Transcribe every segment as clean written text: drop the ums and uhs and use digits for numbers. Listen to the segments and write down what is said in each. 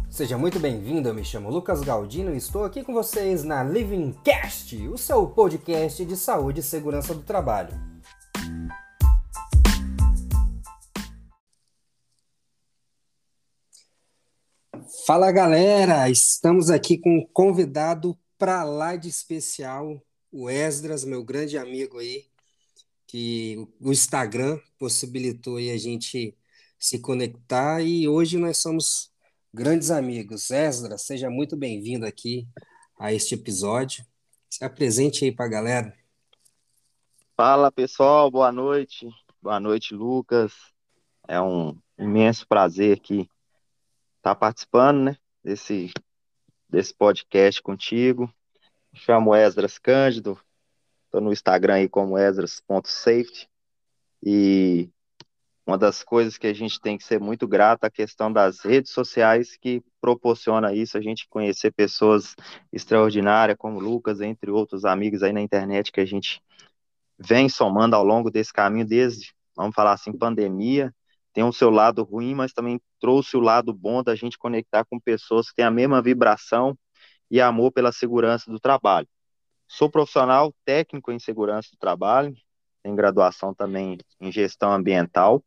Seja muito bem-vindo, eu me chamo Lucas Galdino e estou aqui com vocês na Livingcast, o seu podcast de saúde e segurança do trabalho. Fala galera, estamos aqui com um convidado pra lá de especial, o Esdras, meu grande amigo aí, que o Instagram possibilitou aí a gente se conectar e hoje nós somos grandes amigos. Esdras, seja muito bem-vindo aqui a este episódio. Se apresente aí para a galera. Fala pessoal, boa noite. Boa noite, Lucas. É um imenso prazer aqui estar participando, né, desse podcast contigo. Me chamo Esdras Cândido, estou no Instagram aí como esdras.safety e uma das coisas que a gente tem que ser muito grato é a questão das redes sociais que proporciona isso, a gente conhecer pessoas extraordinárias como o Lucas, entre outros amigos aí na internet que a gente vem somando ao longo desse caminho desde, vamos falar assim, pandemia. Tem o seu lado ruim, mas também trouxe o lado bom da gente conectar com pessoas que têm a mesma vibração e amor pela segurança do trabalho. Sou profissional técnico em segurança do trabalho, tenho graduação também em gestão ambiental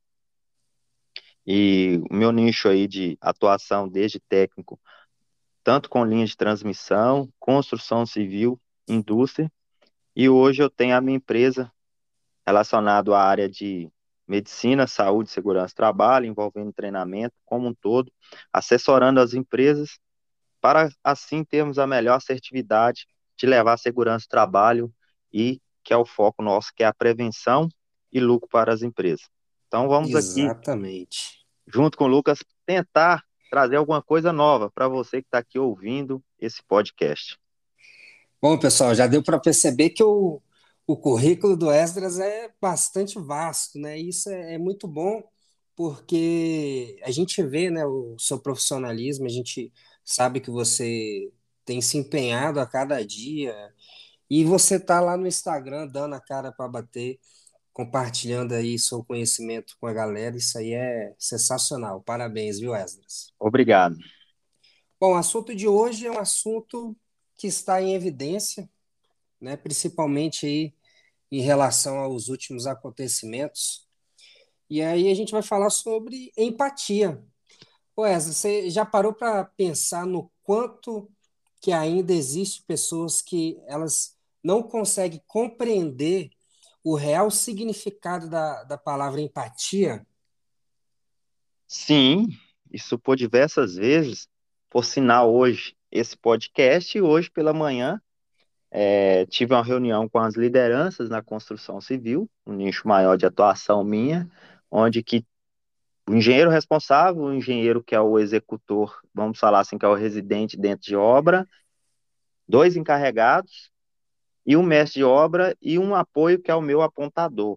e o meu nicho aí de atuação desde técnico, tanto com linha de transmissão, construção civil, indústria, e hoje eu tenho a minha empresa relacionado à área de medicina, saúde, segurança do trabalho, envolvendo treinamento como um todo, assessorando as empresas para assim termos a melhor assertividade de levar a segurança do trabalho e que é o foco nosso, que é a prevenção e lucro para as empresas. Então vamos aqui, Exatamente. junto com o Lucas, tentar trazer alguma coisa nova para você que está aqui ouvindo esse podcast. Bom, pessoal, já deu para perceber que o currículo do Esdras é bastante vasto, né? Isso é muito bom porque a gente vê, né, o seu profissionalismo, a gente sabe que você tem se empenhado a cada dia e você tá lá no Instagram dando a cara para bater, compartilhando aí seu conhecimento com a galera. Isso aí é sensacional. Parabéns, viu, Esdras? Obrigado. Bom, o assunto de hoje é um assunto que está em evidência, né, principalmente aí em relação aos últimos acontecimentos. E aí a gente vai falar sobre empatia. Ô Wesley, você já parou para pensar no quanto que ainda existe pessoas que elas não conseguem compreender o real significado da palavra empatia? Sim, isso por diversas vezes, por sinal hoje, esse podcast, e hoje pela manhã, tive uma reunião com as lideranças na construção civil, um nicho maior de atuação minha, onde que o engenheiro responsável, o engenheiro que é o executor, vamos falar assim, que é o residente dentro de obra, dois encarregados, e um mestre de obra e um apoio que é o meu apontador.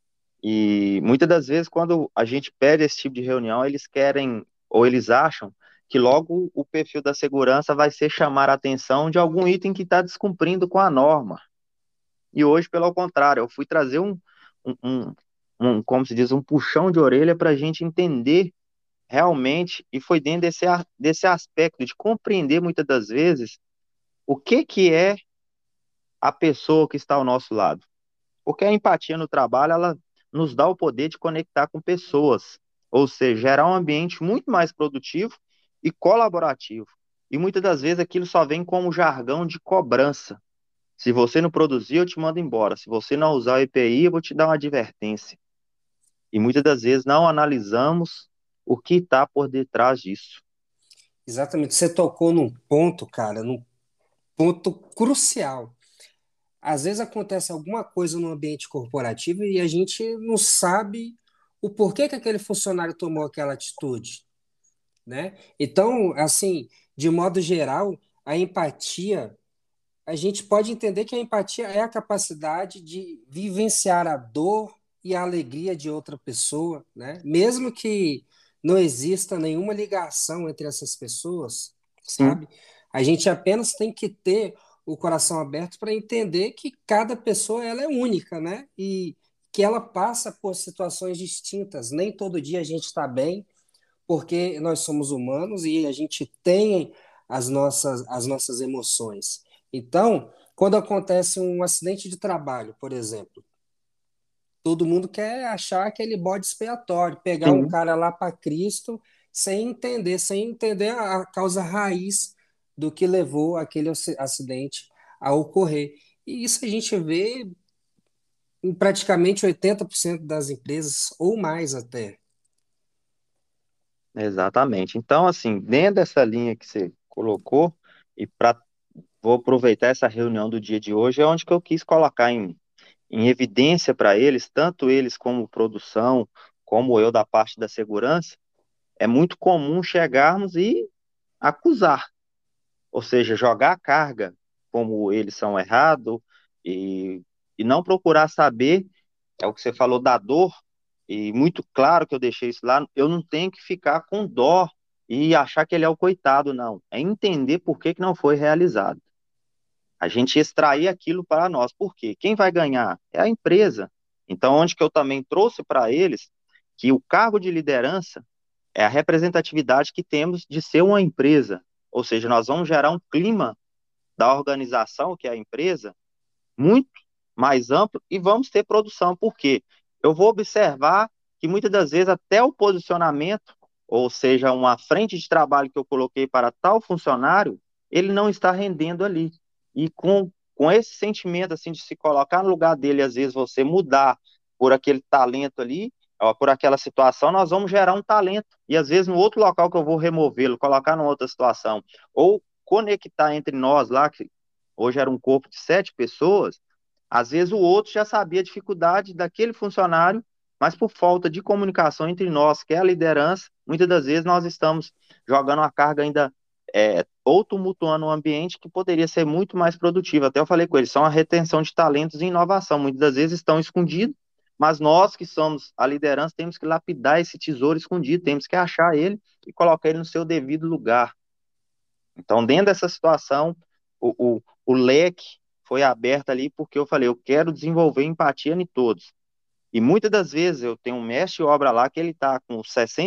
E muitas das vezes, quando a gente pede esse tipo de reunião, eles querem, ou eles acham, que logo o perfil da segurança vai ser chamar a atenção de algum item que está descumprindo com a norma. E hoje, pelo contrário, eu fui trazer um, um, como se diz, um puxão de orelha para a gente entender realmente, e foi dentro desse aspecto de compreender muitas das vezes o que é a pessoa que está ao nosso lado. Porque a empatia no trabalho, ela nos dá o poder de conectar com pessoas, ou seja, gerar um ambiente muito mais produtivo e colaborativo. E muitas das vezes aquilo só vem como jargão de cobrança. Se você não produzir, eu te mando embora. Se você não usar o EPI, eu vou te dar uma advertência. E muitas das vezes não analisamos o que está por detrás disso. Exatamente, você tocou num ponto, cara, num ponto crucial. Às vezes acontece alguma coisa no ambiente corporativo e a gente não sabe o porquê que aquele funcionário tomou aquela atitude, né? Então, assim, de modo geral, a empatia, a gente pode entender que a empatia é a capacidade de vivenciar a dor e a alegria de outra pessoa, né? Mesmo que não exista nenhuma ligação entre essas pessoas, Sim, sabe? A gente apenas tem que ter o coração aberto para entender que cada pessoa ela é única, né? E que ela passa por situações distintas. Nem todo dia a gente está bem, porque nós somos humanos e a gente tem as nossas emoções. Então, quando acontece um acidente de trabalho, por exemplo, todo mundo quer achar aquele bode expiatório, pegar um Sim, cara lá para Cristo sem entender a causa raiz do que levou aquele acidente a ocorrer. E isso a gente vê em praticamente 80% das empresas, ou mais até. exatamente. Então, assim, dentro dessa linha que você colocou, e para vou aproveitar essa reunião do dia de hoje, é onde que eu quis colocar em evidência para eles, tanto eles como produção, como eu da parte da segurança, é muito comum chegarmos e acusar, ou seja, jogar a carga como eles são errados e, e não procurar saber, é o que você falou da dor, e muito claro que eu deixei isso lá, eu não tenho que ficar com dó e achar que ele é o coitado, não. É entender por que que não foi realizado. A gente extrair aquilo para nós. Por quê? Quem vai ganhar? É a empresa. Então, onde que eu também trouxe para eles que o cargo de liderança é a representatividade que temos de ser uma empresa. Ou seja, nós vamos gerar um clima da organização, que é a empresa, muito mais amplo e vamos ter produção. Por quê? Eu vou observar que muitas das vezes até o posicionamento, ou seja, uma frente de trabalho que eu coloquei para tal funcionário, ele não está rendendo ali. E com esse sentimento assim de se colocar no lugar dele, às vezes você mudar por aquele talento ali, ó, por aquela situação, nós vamos gerar um talento. E às vezes no outro local que eu vou removê-lo, colocar numa outra situação, ou conectar entre nós lá, que hoje era um corpo de 7 pessoas, às vezes o outro já sabia a dificuldade daquele funcionário, mas por falta de comunicação entre nós, que é a liderança, muitas das vezes nós estamos jogando uma carga ainda ou tumultuando um ambiente que poderia ser muito mais produtivo. Até eu falei com eles, são a retenção de talentos e inovação. Muitas das vezes estão escondidos, mas nós que somos a liderança temos que lapidar esse tesouro escondido, temos que achar ele e colocar ele no seu devido lugar. Então, dentro dessa situação, o leque foi aberto ali porque eu falei, eu quero desenvolver empatia em todos. E muitas das vezes eu tenho um mestre de obra lá que ele está com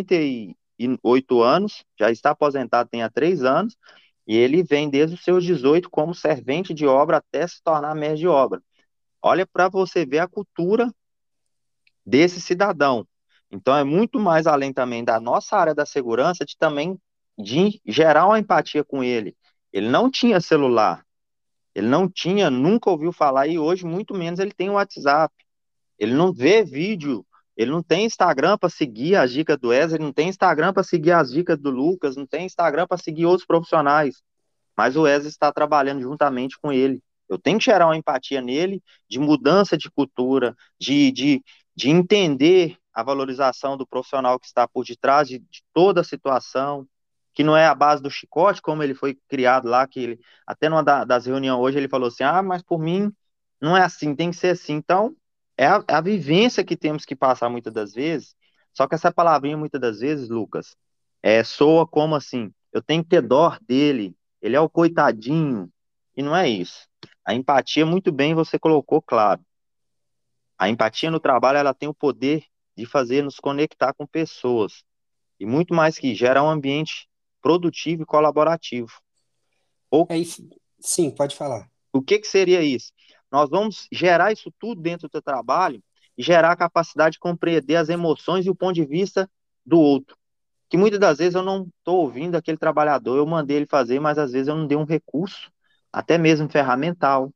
68 anos, já está aposentado tem há 3 anos, e ele vem desde os seus 18 como servente de obra até se tornar mestre de obra. Olha para você ver a cultura desse cidadão. Então é muito mais além também da nossa área da segurança, de também de gerar uma empatia com ele. Ele não tinha celular, ele não tinha, nunca ouviu falar e hoje muito menos ele tem o WhatsApp. Ele não vê vídeo, ele não tem Instagram para seguir as dicas do Wesley, ele não tem Instagram para seguir as dicas do Lucas, não tem Instagram para seguir outros profissionais. Mas o Wesley está trabalhando juntamente com ele. Eu tenho que gerar uma empatia nele, de mudança de cultura, de entender a valorização do profissional que está por detrás de toda a situação, que não é a base do chicote, como ele foi criado lá, que ele, até numa das reuniões hoje ele falou assim, ah, mas por mim não é assim, tem que ser assim. Então, é a vivência que temos que passar muitas das vezes, só que essa palavrinha muitas das vezes, Lucas, soa como assim, eu tenho que ter dó dele, ele é o coitadinho, e não é isso. A empatia, muito bem, você colocou claro. A empatia no trabalho, ela tem o poder de fazer nos conectar com pessoas, e muito mais que gerar um ambiente produtivo e colaborativo. Ou É isso. Sim, pode falar. o que que seria isso? Nós vamos gerar isso tudo dentro do trabalho e gerar a capacidade de compreender as emoções e o ponto de vista do outro. Que muitas das vezes eu não estou ouvindo aquele trabalhador, eu mandei ele fazer, mas às vezes eu não dei um recurso, até mesmo ferramental.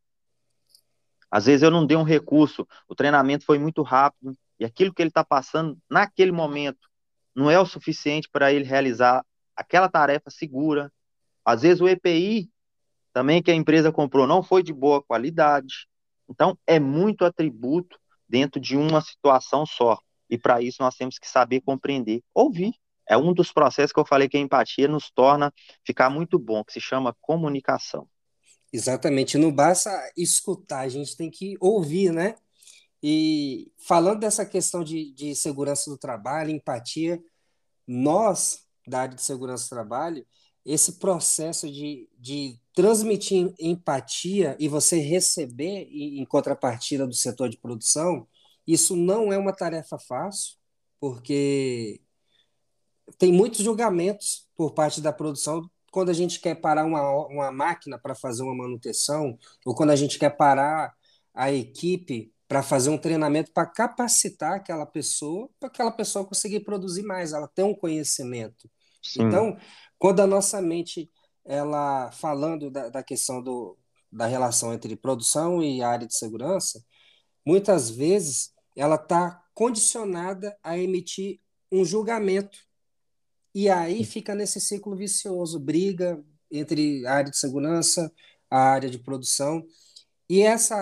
Às vezes eu não dei um recurso, o treinamento foi muito rápido e aquilo que ele está passando naquele momento não é o suficiente para ele realizar aquela tarefa segura. Às vezes o EPI também que a empresa comprou não foi de boa qualidade. Então é muito atributo dentro de uma situação só. E para isso nós temos que saber compreender, ouvir. É um dos processos que eu falei que a empatia nos torna ficar muito bom, que se chama comunicação. Exatamente. Não basta escutar, a gente tem que ouvir, né? E falando dessa questão de segurança do trabalho, empatia, nós, da área de segurança do trabalho, esse processo de transmitir empatia e você receber em contrapartida do setor de produção, isso não é uma tarefa fácil, porque tem muitos julgamentos por parte da produção quando a gente quer parar uma máquina para fazer uma manutenção, ou quando a gente quer parar a equipe para fazer um treinamento para capacitar aquela pessoa, para aquela pessoa conseguir produzir mais, ela tem um conhecimento. Sim, Então, quando a nossa mente, ela falando da questão da relação entre produção e área de segurança, muitas vezes ela está condicionada a emitir um julgamento e aí fica nesse ciclo vicioso, briga entre a área de segurança, a área de produção. E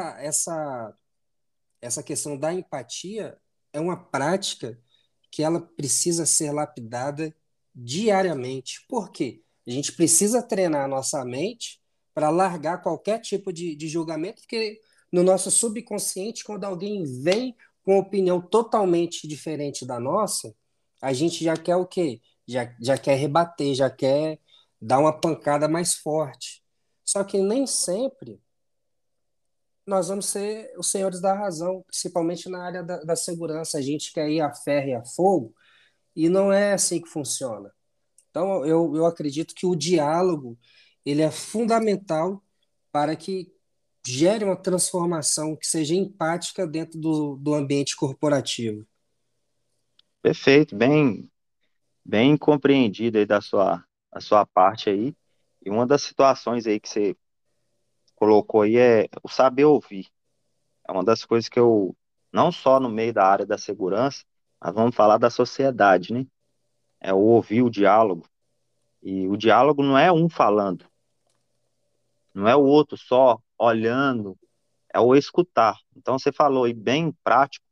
essa questão da empatia é uma prática que ela precisa ser lapidada diariamente. Por quê? A gente precisa treinar a nossa mente para largar qualquer tipo de julgamento, porque no nosso subconsciente, quando alguém vem com uma opinião totalmente diferente da nossa, a gente já quer o quê? Já quer rebater, já quer dar uma pancada mais forte. Só que nem sempre nós vamos ser os senhores da razão, principalmente na área da segurança. A gente quer ir a ferro e a fogo, e não é assim que funciona. Então, eu acredito que o diálogo ele é fundamental para que gere uma transformação que seja empática dentro do ambiente corporativo. perfeito, bem compreendido aí a sua parte aí. E uma das situações aí que você colocou aí é o saber ouvir. É uma das coisas que eu, não só no meio da área da segurança, mas vamos falar da sociedade, né? É o ouvir o diálogo. E o diálogo não é um falando, não é o outro só olhando, é o escutar. Então você falou aí bem prático,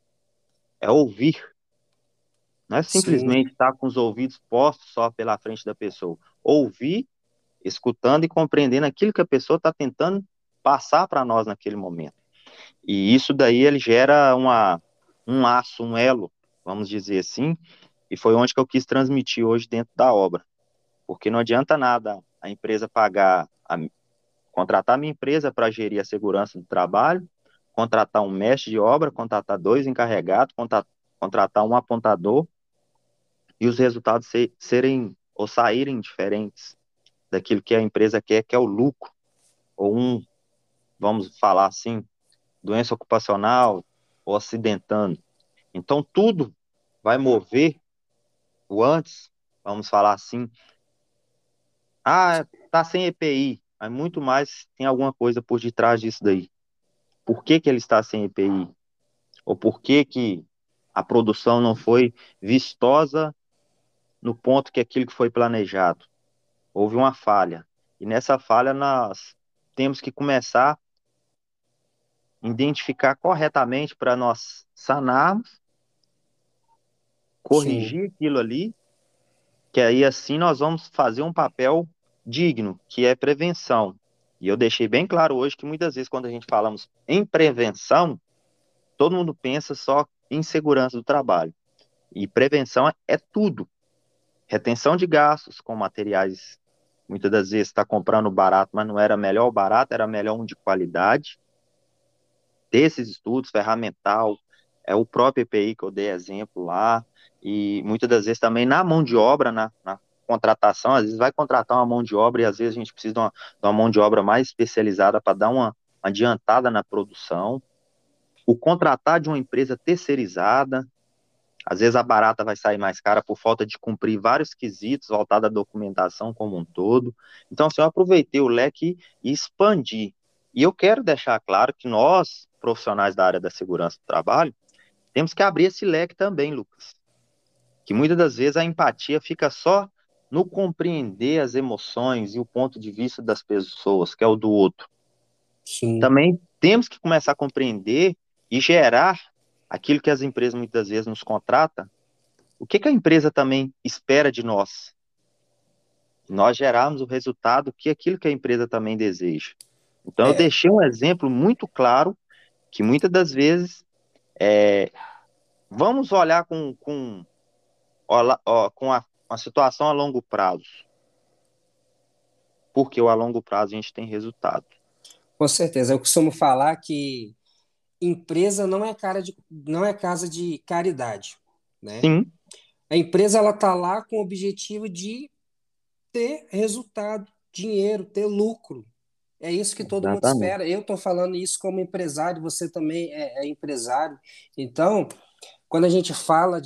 é ouvir, não é Sim, simplesmente estar com os ouvidos postos só pela frente da pessoa. Ouvir, escutando e compreendendo aquilo que a pessoa está tentando passar para nós naquele momento. E isso daí ele gera um laço, um elo, vamos dizer assim, e foi onde que eu quis transmitir hoje dentro da obra. Porque não adianta nada a empresa contratar minha empresa para gerir a segurança do trabalho, contratar um mestre de obra, contratar dois encarregados, contratar um apontador e os resultados serem ou saírem diferentes daquilo que a empresa quer, que é o lucro, ou vamos falar assim, doença ocupacional ou acidentando. Então, tudo vai mover o antes, vamos falar assim, tá sem EPI, mas muito mais tem alguma coisa por detrás disso daí. Por que que ele está sem EPI? Ou por que que a produção não foi vistosa no ponto que aquilo que foi planejado? Houve uma falha. E nessa falha nós temos que começar a identificar corretamente para nós sanarmos, sim. corrigir aquilo ali, que aí assim nós vamos fazer um papel digno, que é prevenção. E eu deixei bem claro hoje que muitas vezes quando a gente falamos em prevenção, todo mundo pensa só em segurança do trabalho. E prevenção é tudo. Retenção de gastos com materiais, muitas das vezes está comprando barato, mas não era melhor o barato, era melhor um de qualidade. Desses estudos, ferramental, é o próprio EPI que eu dei exemplo lá, e muitas das vezes também na mão de obra, na contratação, às vezes vai contratar uma mão de obra e às vezes a gente precisa de uma mão de obra mais especializada para dar uma adiantada na produção. O contratar de uma empresa terceirizada, às vezes a barata vai sair mais cara por falta de cumprir vários quesitos voltados à documentação como um todo. Então, assim, eu aproveitei o leque e expandi. E eu quero deixar claro que nós, profissionais da área da segurança do trabalho, temos que abrir esse leque também, Lucas. Que muitas das vezes a empatia fica só no compreender as emoções e o ponto de vista das pessoas, que é o do outro. Sim. Também temos que começar a compreender e gerar aquilo que as empresas muitas vezes nos contratam. O que que a empresa também espera de nós? Nós gerarmos o resultado que aquilo que a empresa também deseja. Então, eu É, deixei um exemplo muito claro que muitas das vezes vamos olhar com a situação a longo prazo, porque o a longo prazo a gente tem resultado. com certeza. Eu costumo falar que empresa não é casa de caridade, né? Sim, A empresa ela está lá com o objetivo de ter resultado, dinheiro, ter lucro. É isso que todo mundo Exatamente. espera. Eu estou falando isso como empresário, você também é empresário. Então, quando a gente fala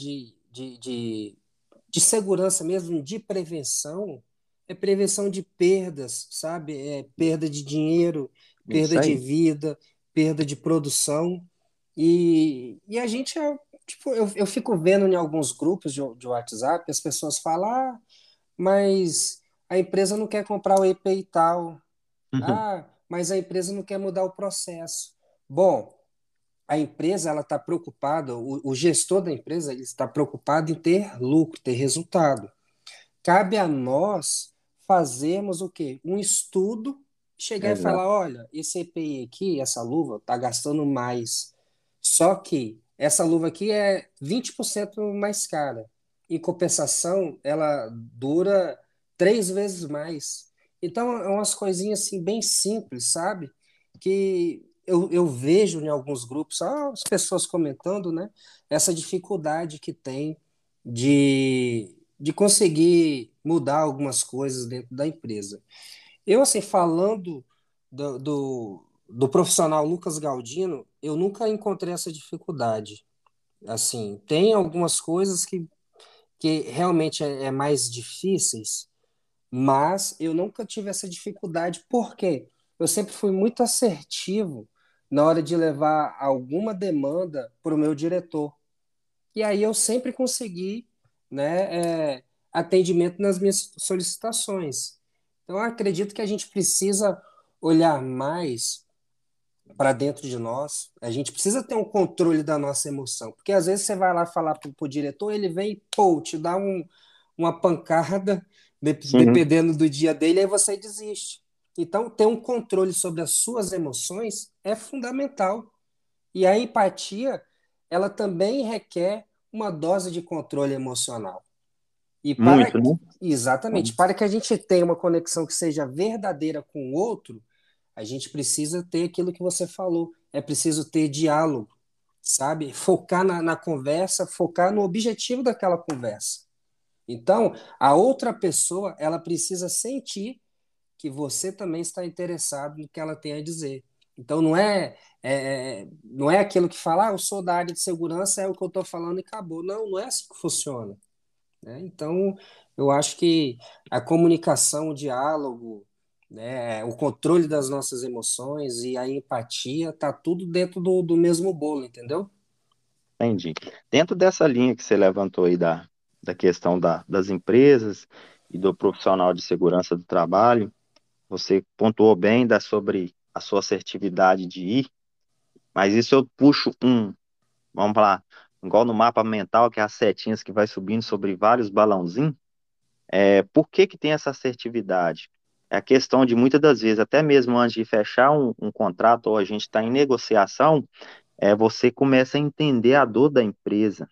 de segurança mesmo, de prevenção, é prevenção de perdas, sabe? É perda de dinheiro, perda Isso de aí. vida, perda de produção. E a gente, tipo, eu fico vendo em alguns grupos de WhatsApp, as pessoas falam, mas a empresa não quer comprar o EPI e tal. Mas a empresa não quer mudar o processo. Bom, a empresa ela está preocupada, o gestor da empresa ele está preocupado em ter lucro, ter resultado. Cabe a nós fazermos o quê? Um estudo, chegar e Exato. falar, olha, esse EPI aqui, essa luva, está gastando mais. Só que essa luva aqui é 20% mais cara. Em compensação, ela dura 3 vezes mais. Então, é umas coisinhas assim bem simples, sabe? Que eu vejo em alguns grupos, as pessoas comentando, né? Essa dificuldade que tem de conseguir mudar algumas coisas dentro da empresa. Eu, assim, falando do profissional Lucas Galdino, eu nunca encontrei essa dificuldade. Assim, tem algumas coisas que realmente é mais difíceis, mas eu nunca tive essa dificuldade, porque eu sempre fui muito assertivo na hora de levar alguma demanda para o meu diretor. E aí eu sempre consegui, né, atendimento nas minhas solicitações. Então, eu acredito que a gente precisa olhar mais para dentro de nós. A gente precisa ter um controle da nossa emoção, porque às vezes você vai lá falar para o diretor, ele vem e pô, te dá uma pancada, Sim, dependendo do dia dele, aí você desiste. Então, ter um controle sobre as suas emoções é fundamental. E a empatia, ela também requer uma dose de controle emocional. E muito, né? exatamente, para que a gente tenha uma conexão que seja verdadeira com o outro, a gente precisa ter aquilo que você falou, é preciso ter diálogo, sabe? Focar na conversa, focar no objetivo daquela conversa. Então, a outra pessoa, ela precisa sentir que você também está interessado no que ela tem a dizer. Então não é aquilo que fala, eu sou da área de segurança, é o que eu estou falando e acabou. Não, não é assim que funciona, né? Então, eu acho que a comunicação, o diálogo, né, o controle das nossas emoções e a empatia, tá tudo dentro do mesmo bolo, entendeu? Entendi. Dentro dessa linha que você levantou aí da questão das empresas e do profissional de segurança do trabalho, você pontuou bem sobre a sua assertividade de ir, mas isso eu puxo vamos lá, igual no mapa mental, que é as setinhas que vai subindo sobre vários balãozinhos. Por que que tem essa assertividade? É a questão de muitas das vezes, até mesmo antes de fechar um contrato ou a gente está em negociação, você começa a entender a dor da empresa.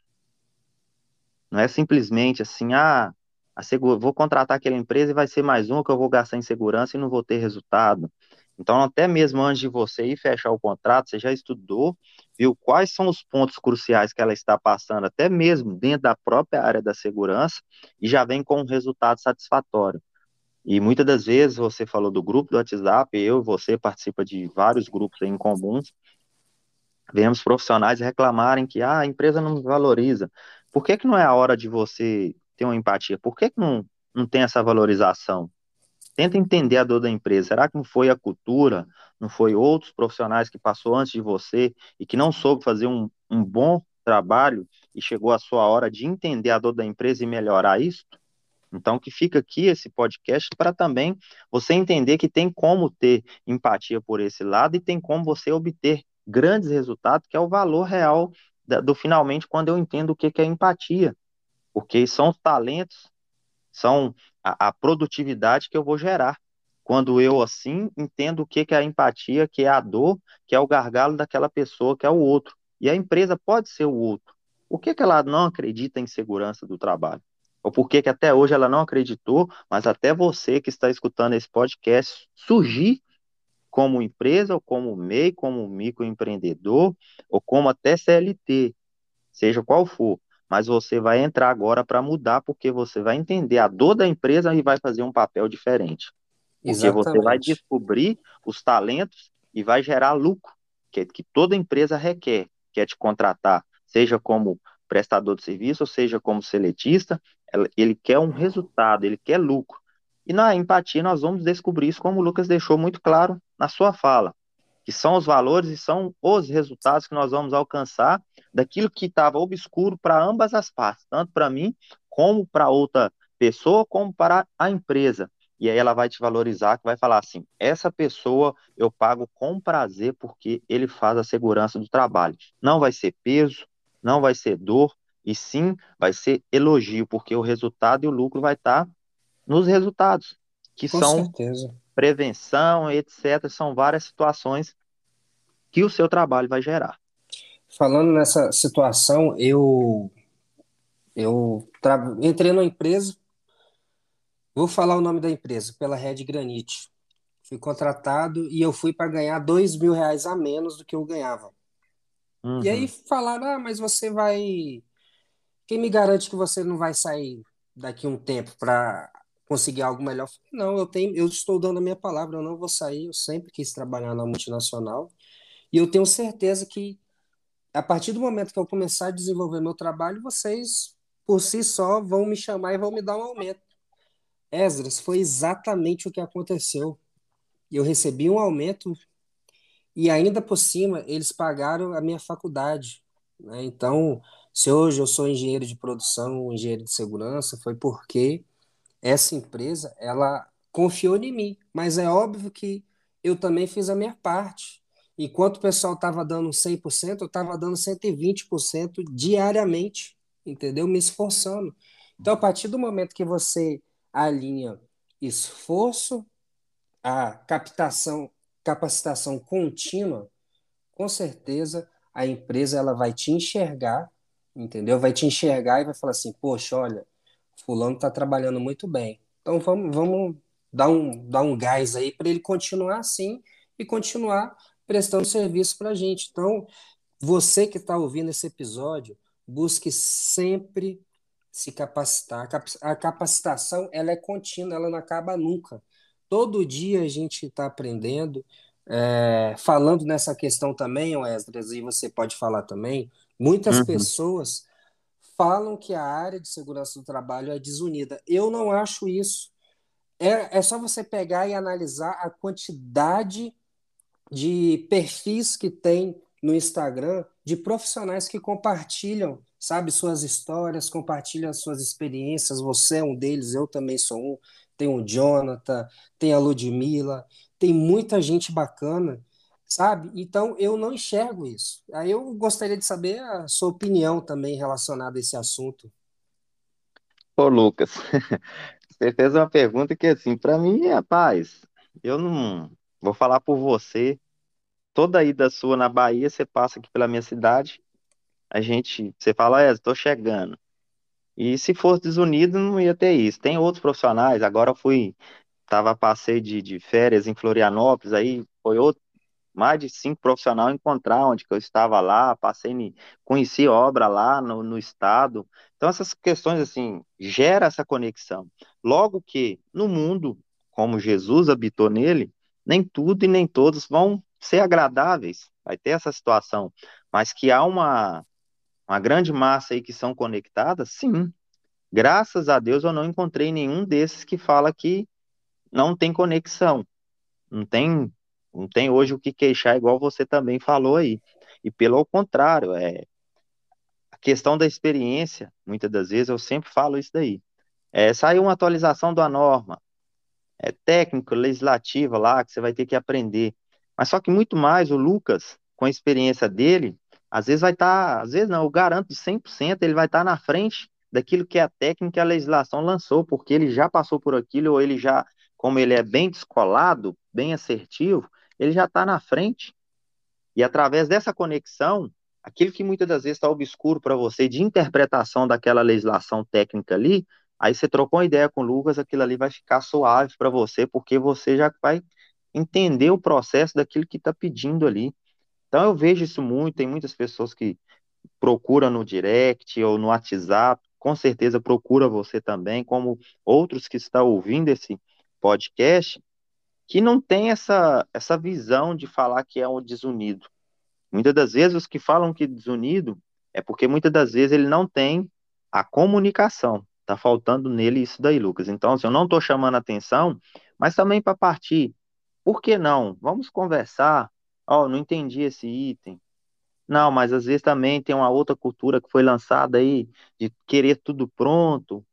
Não é simplesmente assim, vou contratar aquela empresa e vai ser mais uma que eu vou gastar em segurança e não vou ter resultado. Então, até mesmo antes de você ir fechar o contrato, você já estudou, viu quais são os pontos cruciais que ela está passando, até mesmo dentro da própria área da segurança, e já vem com um resultado satisfatório. E muitas das vezes você falou do grupo do WhatsApp, eu e você participa de vários grupos em comuns, vemos profissionais reclamarem que a empresa não me valoriza. Por que que não é a hora de você ter uma empatia? Por que que não tem essa valorização? Tenta entender a dor da empresa. Será que não foi a cultura, não foi outros profissionais que passou antes de você e que não soube fazer um bom trabalho e chegou a sua hora de entender a dor da empresa e melhorar isso? Então, que fica aqui esse podcast para também você entender que tem como ter empatia por esse lado e tem como você obter grandes resultados, que é o valor real do finalmente quando eu entendo o que que é empatia, porque são os talentos, são a produtividade que eu vou gerar. Quando eu, assim, entendo o que que é a empatia, que é a dor, que é o gargalo daquela pessoa, que é o outro. E a empresa pode ser o outro. Por que que ela não acredita em segurança do trabalho? Ou por que que até hoje ela não acreditou, mas até você que está escutando esse podcast surgir como empresa, ou como MEI, como microempreendedor, ou como até CLT, seja qual for. mas você vai entrar agora para mudar, porque você vai entender a dor da empresa e vai fazer um papel diferente. Porque você vai Exatamente. descobrir os talentos e vai gerar lucro, que toda empresa requer, quer te contratar, seja como prestador de serviço, ou seja como seletista, ele quer um resultado, ele quer lucro. E na empatia nós vamos descobrir isso, como o Lucas deixou muito claro na sua fala, que são os valores e são os resultados que nós vamos alcançar daquilo que estava obscuro para ambas as partes, tanto para mim como para outra pessoa, como para a empresa. E aí ela vai te valorizar, que vai falar assim: essa pessoa eu pago com prazer porque ele faz a segurança do trabalho. Não vai ser peso, não vai ser dor, e sim vai ser elogio, porque o resultado e o lucro vai estar nos resultados, que Com são certeza. prevenção, etc. São várias situações que o seu trabalho vai gerar. Falando nessa situação, entrei numa empresa, vou falar o nome da empresa, pela Red Granite. Fui contratado e eu fui para ganhar R$ 2.000 a menos do que eu ganhava. E aí Uhum. falaram, ah, mas você vai. Quem me garante que você não vai sair daqui a um tempo para conseguir algo melhor? Eu falei, não, eu estou dando a minha palavra, eu não vou sair, eu sempre quis trabalhar na multinacional. E eu tenho certeza que a partir do momento que eu começar a desenvolver meu trabalho, vocês, por si só, vão me chamar e vão me dar um aumento. Esdras, foi exatamente o que aconteceu. Eu recebi um aumento e ainda por cima eles pagaram a minha faculdade, né? Então, se hoje eu sou engenheiro de produção, engenheiro de segurança, foi porque essa empresa, ela confiou em mim, mas é óbvio que eu também fiz a minha parte. Enquanto o pessoal estava dando 100%, eu estava dando 120% diariamente, entendeu? Me esforçando. Então, a partir do momento que você alinha esforço a capacitação contínua, com certeza a empresa ela vai te enxergar, entendeu? Vai te enxergar e vai falar assim, poxa, olha, fulano está trabalhando muito bem. Então vamos dar um gás aí para ele continuar assim e continuar prestando serviço para a gente. Então, você que está ouvindo esse episódio, busque sempre se capacitar. A capacitação ela é contínua, ela não acaba nunca. Todo dia a gente está aprendendo. Falando nessa questão também, Esdras, e você pode falar também, muitas Uhum. pessoas falam que a área de segurança do trabalho é desunida. Eu não acho isso. É só você pegar e analisar a quantidade de perfis que tem no Instagram de profissionais que compartilham, sabe, suas histórias, compartilham suas experiências. Você é um deles, eu também sou um. Tem o Jonathan, tem a Ludmilla, tem muita gente bacana, sabe? Então eu não enxergo isso. Aí eu gostaria de saber a sua opinião também relacionada a esse assunto. Ô, Lucas, você fez uma pergunta que, assim, para mim, rapaz, eu não vou falar por você. Toda ida sua na Bahia, você passa aqui pela minha cidade, você fala, estou chegando. E se fosse desunido, não ia ter isso. Tem outros profissionais, agora passei de férias em Florianópolis, aí foi mais de 5 profissionais encontrar onde que eu estava lá, conheci obra lá no estado. Então, essas questões, assim, gera essa conexão. Logo que no mundo, como Jesus habitou nele, nem tudo e nem todos vão ser agradáveis, vai ter essa situação, mas que há uma grande massa aí que são conectadas, sim. Graças a Deus eu não encontrei nenhum desses que fala que não tem conexão. Não tem, não tem hoje o que queixar, igual você também falou aí. E pelo contrário, a questão da experiência, muitas das vezes eu sempre falo isso daí. Saiu uma atualização da norma, técnica, legislativa lá, que você vai ter que aprender. Mas só que muito mais, o Lucas, com a experiência dele, às vezes vai estar, às vezes não, eu garanto de 100% ele vai estar na frente daquilo que a técnica e a legislação lançou, porque ele já passou por aquilo, ou ele já, como ele é bem descolado, bem assertivo, ele já está na frente. E através dessa conexão, aquilo que muitas das vezes está obscuro para você de interpretação daquela legislação técnica ali, aí você trocou uma ideia com o Lucas, aquilo ali vai ficar suave para você, porque você já vai entender o processo daquilo que está pedindo ali. Então eu vejo isso muito, tem muitas pessoas que procura no direct ou no WhatsApp, com certeza procura você também, como outros que estão ouvindo esse podcast, que não tem essa visão de falar que é um desunido. Muitas das vezes os que falam que é desunido é porque muitas das vezes ele não tem a comunicação. Tá faltando nele isso daí, Lucas. Então, assim, eu não estou chamando atenção, mas também para partir. Por que não? Vamos conversar. Ó, não entendi esse item. Não, mas às vezes também tem uma outra cultura que foi lançada aí de querer tudo pronto.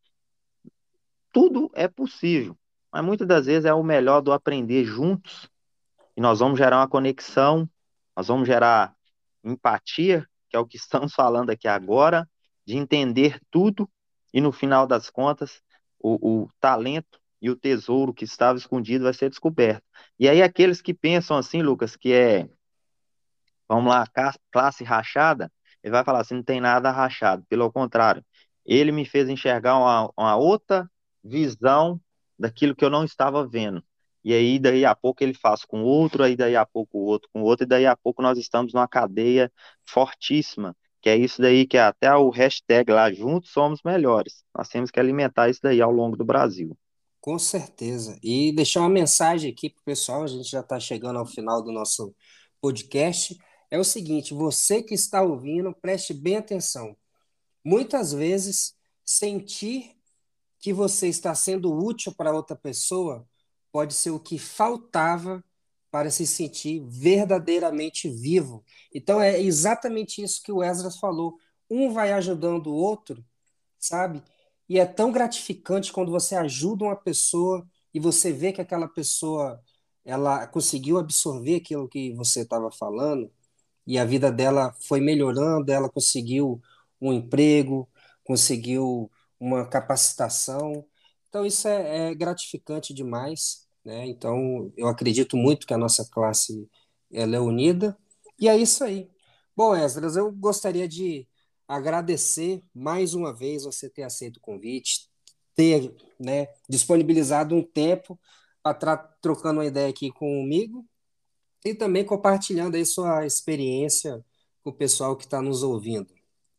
Tudo é possível, mas muitas das vezes é o melhor do aprender juntos e nós vamos gerar uma conexão, nós vamos gerar empatia, que é o que estamos falando aqui agora, de entender tudo e no final das contas o talento e o tesouro que estava escondido vai ser descoberto. E aí aqueles que pensam assim, Lucas, que é vamos lá, classe rachada, ele vai falar assim, não tem nada rachado. Pelo contrário, ele me fez enxergar uma outra visão daquilo que eu não estava vendo. E aí, daí a pouco ele faz com outro, aí daí a pouco o outro com outro, e daí a pouco nós estamos numa cadeia fortíssima, que é isso daí que é até o hashtag lá, juntos somos melhores. Nós temos que alimentar isso daí ao longo do Brasil. Com certeza. E deixar uma mensagem aqui para o pessoal, a gente já está chegando ao final do nosso podcast. É o seguinte: você que está ouvindo, preste bem atenção. Muitas vezes, sentir que você está sendo útil para outra pessoa pode ser o que faltava para se sentir verdadeiramente vivo. Então, é exatamente isso que o Esdras falou. Um vai ajudando o outro, sabe? E é tão gratificante quando você ajuda uma pessoa e você vê que aquela pessoa ela conseguiu absorver aquilo que você estava falando e a vida dela foi melhorando, ela conseguiu um emprego, conseguiu uma capacitação. Então isso é gratificante demais, né? Então eu acredito muito que a nossa classe ela é unida e é isso aí. Bom, Esdras, eu gostaria de agradecer mais uma vez você ter aceito o convite, ter, né, disponibilizado um tempo para trocando uma ideia aqui comigo e também compartilhando aí sua experiência com o pessoal que está nos ouvindo.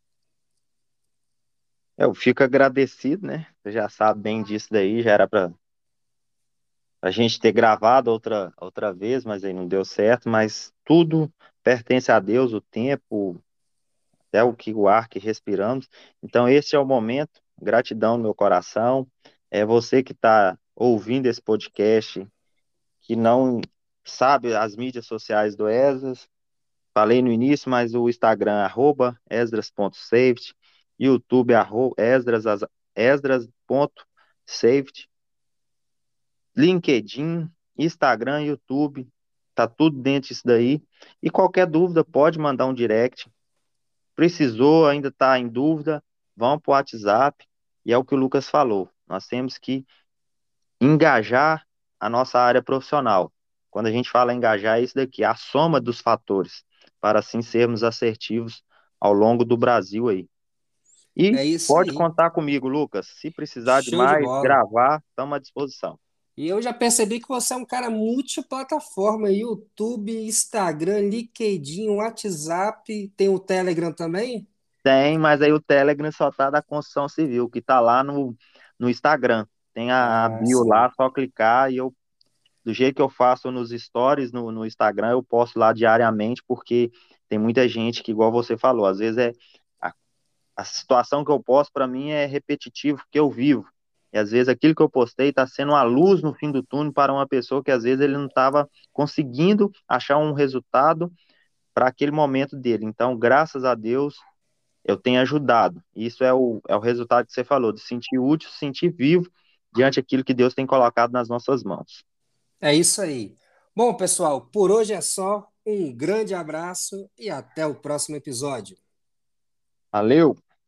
Eu fico agradecido, né? Você já sabe bem disso daí, já era para a gente ter gravado outra vez, mas aí não deu certo, mas tudo pertence a Deus, o tempo, até o ar que respiramos. Então esse é o momento, gratidão no meu coração. É você que está ouvindo esse podcast, que não sabe as mídias sociais do Esdras. Falei no início, mas o Instagram é esdras.safety, YouTube esdras.safety, LinkedIn, Instagram, YouTube, tá tudo dentro disso daí. E qualquer dúvida, pode mandar um direct. Precisou, ainda está em dúvida, vão para o WhatsApp. E é o que o Lucas falou. Nós temos que engajar a nossa área profissional. Quando a gente fala engajar, é isso daqui, a soma dos fatores, para assim sermos assertivos ao longo do Brasil aí. E É isso pode aí. contar comigo, Lucas. Se precisar de Show de mais, bola. gravar, estamos à disposição. E eu já percebi que você é um cara multiplataforma, YouTube, Instagram, LinkedIn, WhatsApp, tem o Telegram também? Tem, mas aí o Telegram só tá da construção civil, que tá lá no Instagram. Tem a Ah, bio sim. lá, só clicar e eu, do jeito que eu faço nos stories no Instagram, eu posto lá diariamente, porque tem muita gente que, igual você falou, às vezes a, a situação que eu posto para mim é repetitivo, porque eu vivo. E às vezes aquilo que eu postei está sendo uma luz no fim do túnel para uma pessoa que às vezes ele não estava conseguindo achar um resultado para aquele momento dele. Então, graças a Deus, eu tenho ajudado. Isso é o resultado que você falou, de sentir útil, se sentir vivo diante daquilo que Deus tem colocado nas nossas mãos. É isso aí. Bom, pessoal, por hoje é só. Um grande abraço e até o próximo episódio. Valeu!